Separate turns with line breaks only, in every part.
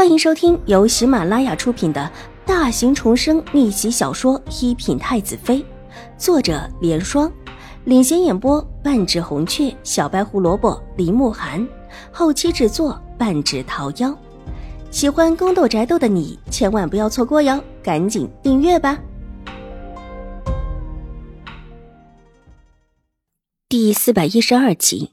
欢迎收听由喜马拉雅出品的大型重生逆袭小说《一品太子妃》，作者莲霜，领衔演播半指红雀、小白胡萝卜、林慕寒，后期制作半指桃夭。喜欢宫斗宅斗的你千万不要错过哟，赶紧订阅吧。第412集。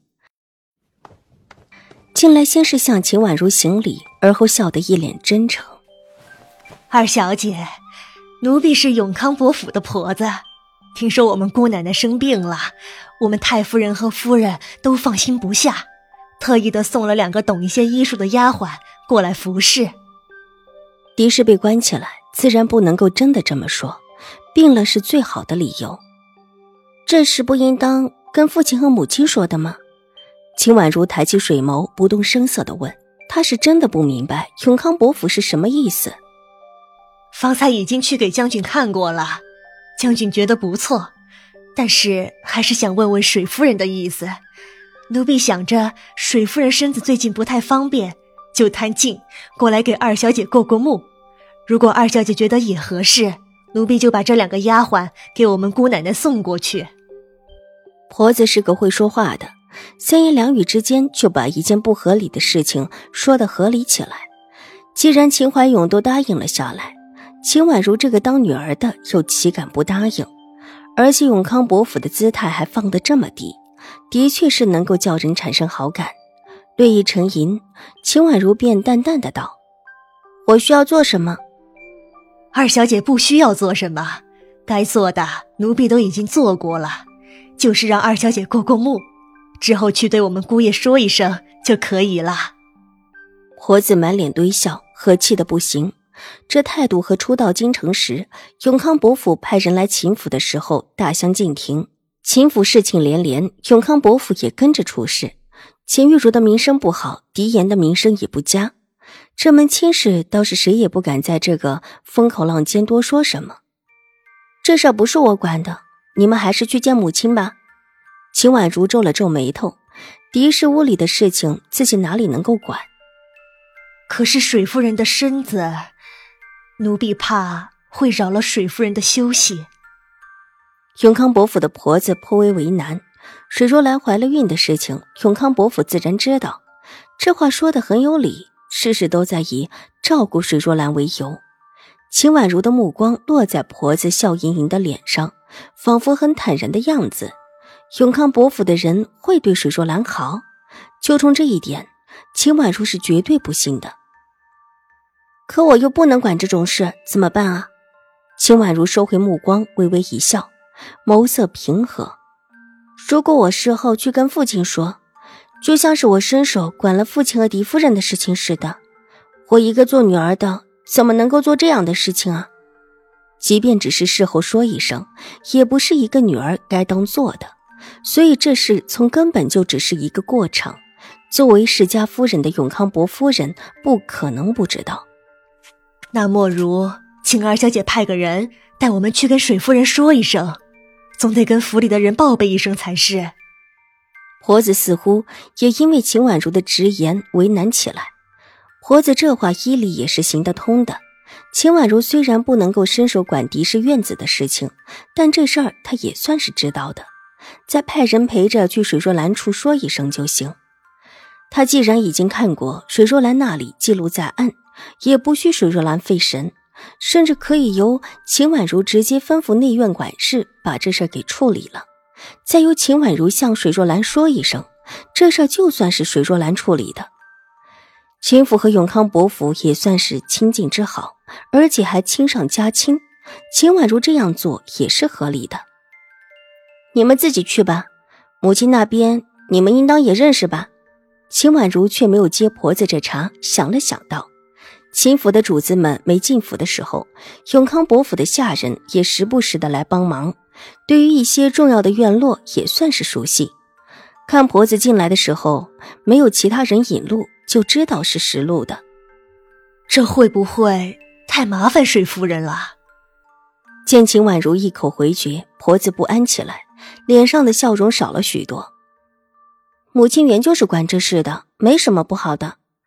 进来先是向秦婉如行礼，而后笑得一脸真诚。
二小姐，奴婢是永康伯府的婆子，听说我们姑奶奶生病了，我们太夫人和夫人都放心不下，特意的送了2个懂一些医术的丫鬟过来服侍。
狄氏被关起来，自然不能够真的这么说，病了是最好的理由。这事不应当跟父亲和母亲说的吗？秦婉如抬起水眸，不动声色地问。她是真的不明白永康伯府是什么意思。
方才已经去给将军看过了，将军觉得不错，但是还是想问问水夫人的意思。奴婢想着水夫人身子最近不太方便，就贪静过来给二小姐过过目。如果二小姐觉得也合适，奴婢就把这2个丫鬟给我们姑奶奶送过去。
婆子是个会说话的，三言两语之间就把一件不合理的事情说得合理起来。既然秦怀勇都答应了下来，秦婉如这个当女儿的又岂敢不答应？而且永康伯府的姿态还放得这么低，的确是能够叫人产生好感。略一沉吟，秦婉如便淡淡的道：我需要做什么？
二小姐不需要做什么，该做的奴婢都已经做过了，就是让二小姐过过目，之后去对我们姑爷说一声就可以了。
婆子满脸堆笑，和气的不行。这态度和初到京城时永康伯府派人来秦府的时候大相径庭。秦府事情连连，永康伯府也跟着出事。秦玉茹的名声不好，狄言的名声也不佳。这门亲事倒是谁也不敢在这个风口浪尖多说什么。这事不是我管的，你们还是去见母亲吧。秦婉如皱了皱眉头，狄氏屋里的事情自己哪里能够管？
可是水夫人的身子，奴婢怕会扰了水夫人的休息。
永康伯府的婆子颇为为难，水若兰怀了孕的事情，永康伯府自然知道。这话说得很有理，事事都在以照顾水若兰为由。秦婉如的目光落在婆子笑盈盈的脸上，仿佛很坦然的样子。永康伯府的人会对水若兰好？就冲这一点，秦婉如是绝对不信的。可我又不能管这种事，怎么办啊？秦婉如收回目光，微微一笑，眸色平和。如果我事后去跟父亲说，就像是我伸手管了父亲和狄夫人的事情似的。我一个做女儿的，怎么能够做这样的事情啊？即便只是事后说一声，也不是一个女儿该当做的。所以这事从根本就只是一个过程。作为世家夫人的永康伯夫人不可能不知道。
那莫如请二小姐派个人带我们去跟水夫人说一声，总得跟府里的人报备一声才是。
婆子似乎也因为秦婉如的直言为难起来。婆子这话依理也是行得通的。秦婉如虽然不能够伸手管狄氏院子的事情，但这事儿她也算是知道的，再派人陪着去水若兰处说一声就行。她既然已经看过水若兰那里记录在案，也不需水若兰费神，甚至可以由秦婉如直接吩咐内院管事把这事给处理了，再由秦婉如向水若兰说一声，这事就算是水若兰处理的。秦府和永康伯府也算是亲近之好，而且还亲上加亲，秦婉如这样做也是合理的。你们自己去吧，母亲那边你们应当也认识吧。秦婉如却没有接婆子这茬，想了想道。秦府的主子们没进府的时候，永康伯府的下人也时不时的来帮忙，对于一些重要的院落也算是熟悉。看婆子进来的时候没有其他人引路，就知道是实路的。
这会不会太麻烦水夫人了？
见秦婉如一口回绝，婆子不安起来，脸上的笑容少了许多。母亲原就是管这事的，没什么不好的。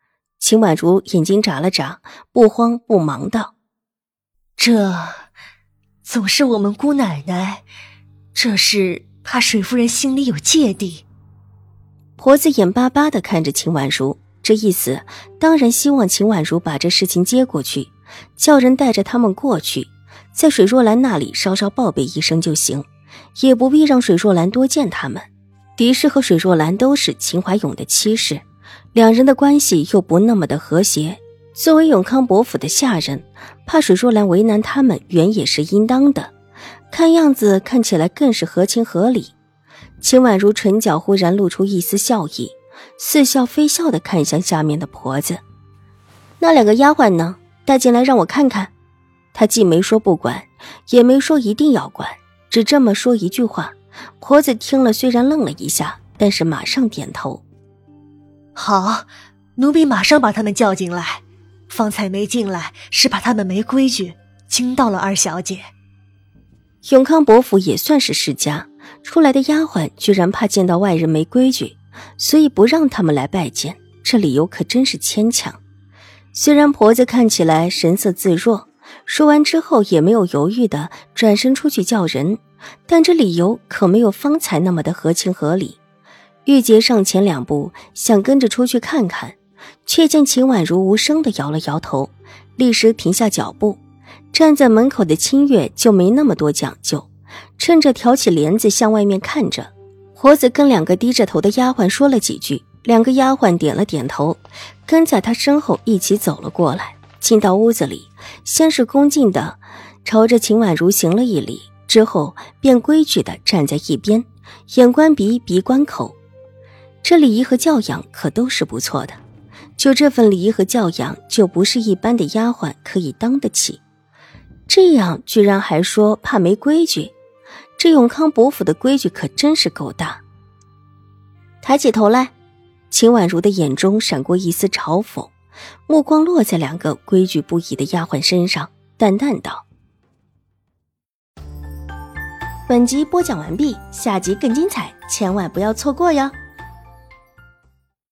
秦婉如眼睛眨了眨，不慌不忙道：
这总是我们姑奶奶，这是怕水夫人心里有芥蒂。
婆子眼巴巴地看着秦婉如，这意思当然希望秦婉如把这事情接过去，叫人带着他们过去，在水若兰那里稍稍报备一声就行，也不必让水若兰多见他们。狄氏和水若兰都是秦怀勇的妻室，两人的关系又不那么的和谐，作为永康伯府的下人，怕水若兰为难他们原也是应当的，看样子看起来更是合情合理。秦婉如唇角忽然露出一丝笑意，似笑非笑地看向下面的婆子。那两个丫鬟呢？带进来让我看看。她既没说不管，也没说一定要管，只这么说一句话。婆子听了虽然愣了一下，但是马上点头。
好，奴婢马上把他们叫进来。方才没进来是怕他们没规矩，惊到了二小姐。
永康伯府也算是世家，出来的丫鬟居然怕见到外人没规矩，所以不让他们来拜见，这理由可真是牵强。虽然婆子看起来神色自若，说完之后也没有犹豫的转身出去叫人，但这理由可没有方才那么的合情合理。玉洁上前两步想跟着出去看看，却见秦婉如无声的摇了摇头，立时停下脚步。站在门口的清月就没那么多讲究，趁着挑起帘子向外面看着。婆子跟两个低着头的丫鬟说了几句，两个丫鬟点了点头，跟在她身后一起走了过来。进到屋子里，先是恭敬地朝着秦婉如行了一礼，之后便规矩地站在一边，眼观鼻，鼻观口。这礼仪和教养可都是不错的，就这份礼仪和教养，就不是一般的丫鬟可以当得起。这样居然还说怕没规矩，这永康伯府的规矩可真是够大。抬起头来，秦婉如的眼中闪过一丝嘲讽，目光落在两个规矩不移的丫鬟身上，淡淡道：本集播讲完毕，下集更精彩，千万不要错过哟。